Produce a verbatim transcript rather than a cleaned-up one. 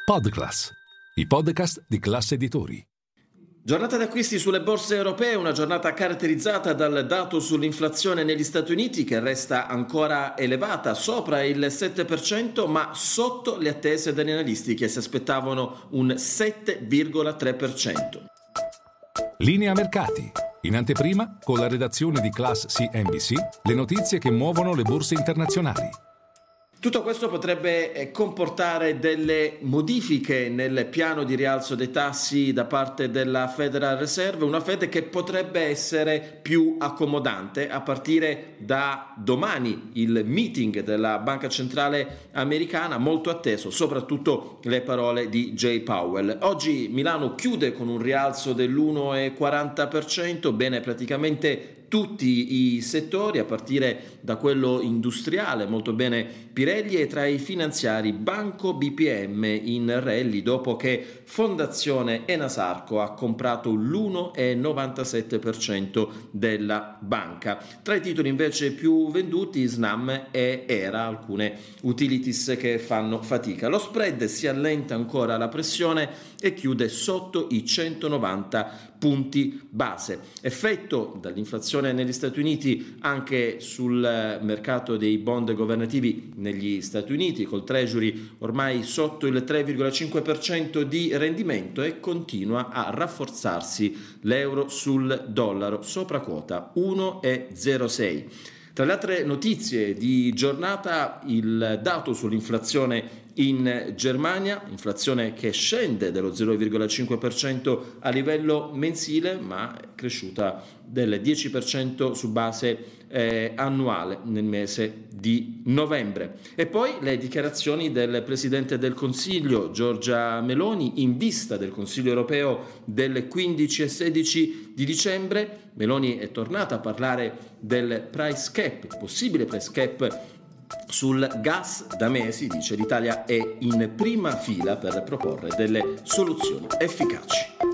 Podclass, i podcast di Class Editori. Giornata di acquisti sulle borse europee, una giornata caratterizzata dal dato sull'inflazione negli Stati Uniti che resta ancora elevata, sopra il sette per cento, ma sotto le attese degli analisti che si aspettavano un sette virgola tre per cento. Linea mercati. In anteprima, con la redazione di Class C N B C, le notizie che muovono le borse internazionali. Tutto questo potrebbe comportare delle modifiche nel piano di rialzo dei tassi da parte della Federal Reserve, una Fed che potrebbe essere più accomodante a partire da domani, il meeting della Banca Centrale Americana, molto atteso, soprattutto le parole di Jay Powell. Oggi Milano chiude con un rialzo dell'uno virgola quaranta per cento, bene praticamente tutti i settori, a partire da quello industriale, molto bene Pirelli, e tra i finanziari Banco B P M in rally dopo che Fondazione Enasarco ha comprato l'uno virgola novantasette per cento della banca. Tra i titoli invece più venduti Snam e Era, alcune utilities che fanno fatica. Lo spread si allenta ancora alla pressione e chiude sotto i centonovanta punti base. Effetto dall'inflazione negli Stati Uniti anche sul mercato dei bond governativi negli Stati Uniti, col Treasury ormai sotto il tre virgola cinque per cento di rendimento, e continua a rafforzarsi l'euro sul dollaro, sopra quota uno virgola zero sei. Tra le altre notizie di giornata, il dato sull'inflazione in Germania, inflazione che scende dello zero virgola cinque per cento a livello mensile, ma è cresciuta del dieci per cento su base eh, annuale nel mese di novembre. E poi le dichiarazioni del Presidente del Consiglio Giorgia Meloni in vista del Consiglio europeo del quindici e sedici di dicembre. Meloni è tornata a parlare del price cap, il possibile price cap sul gas. Da mesi, dice, l'Italia è in prima fila per proporre delle soluzioni efficaci.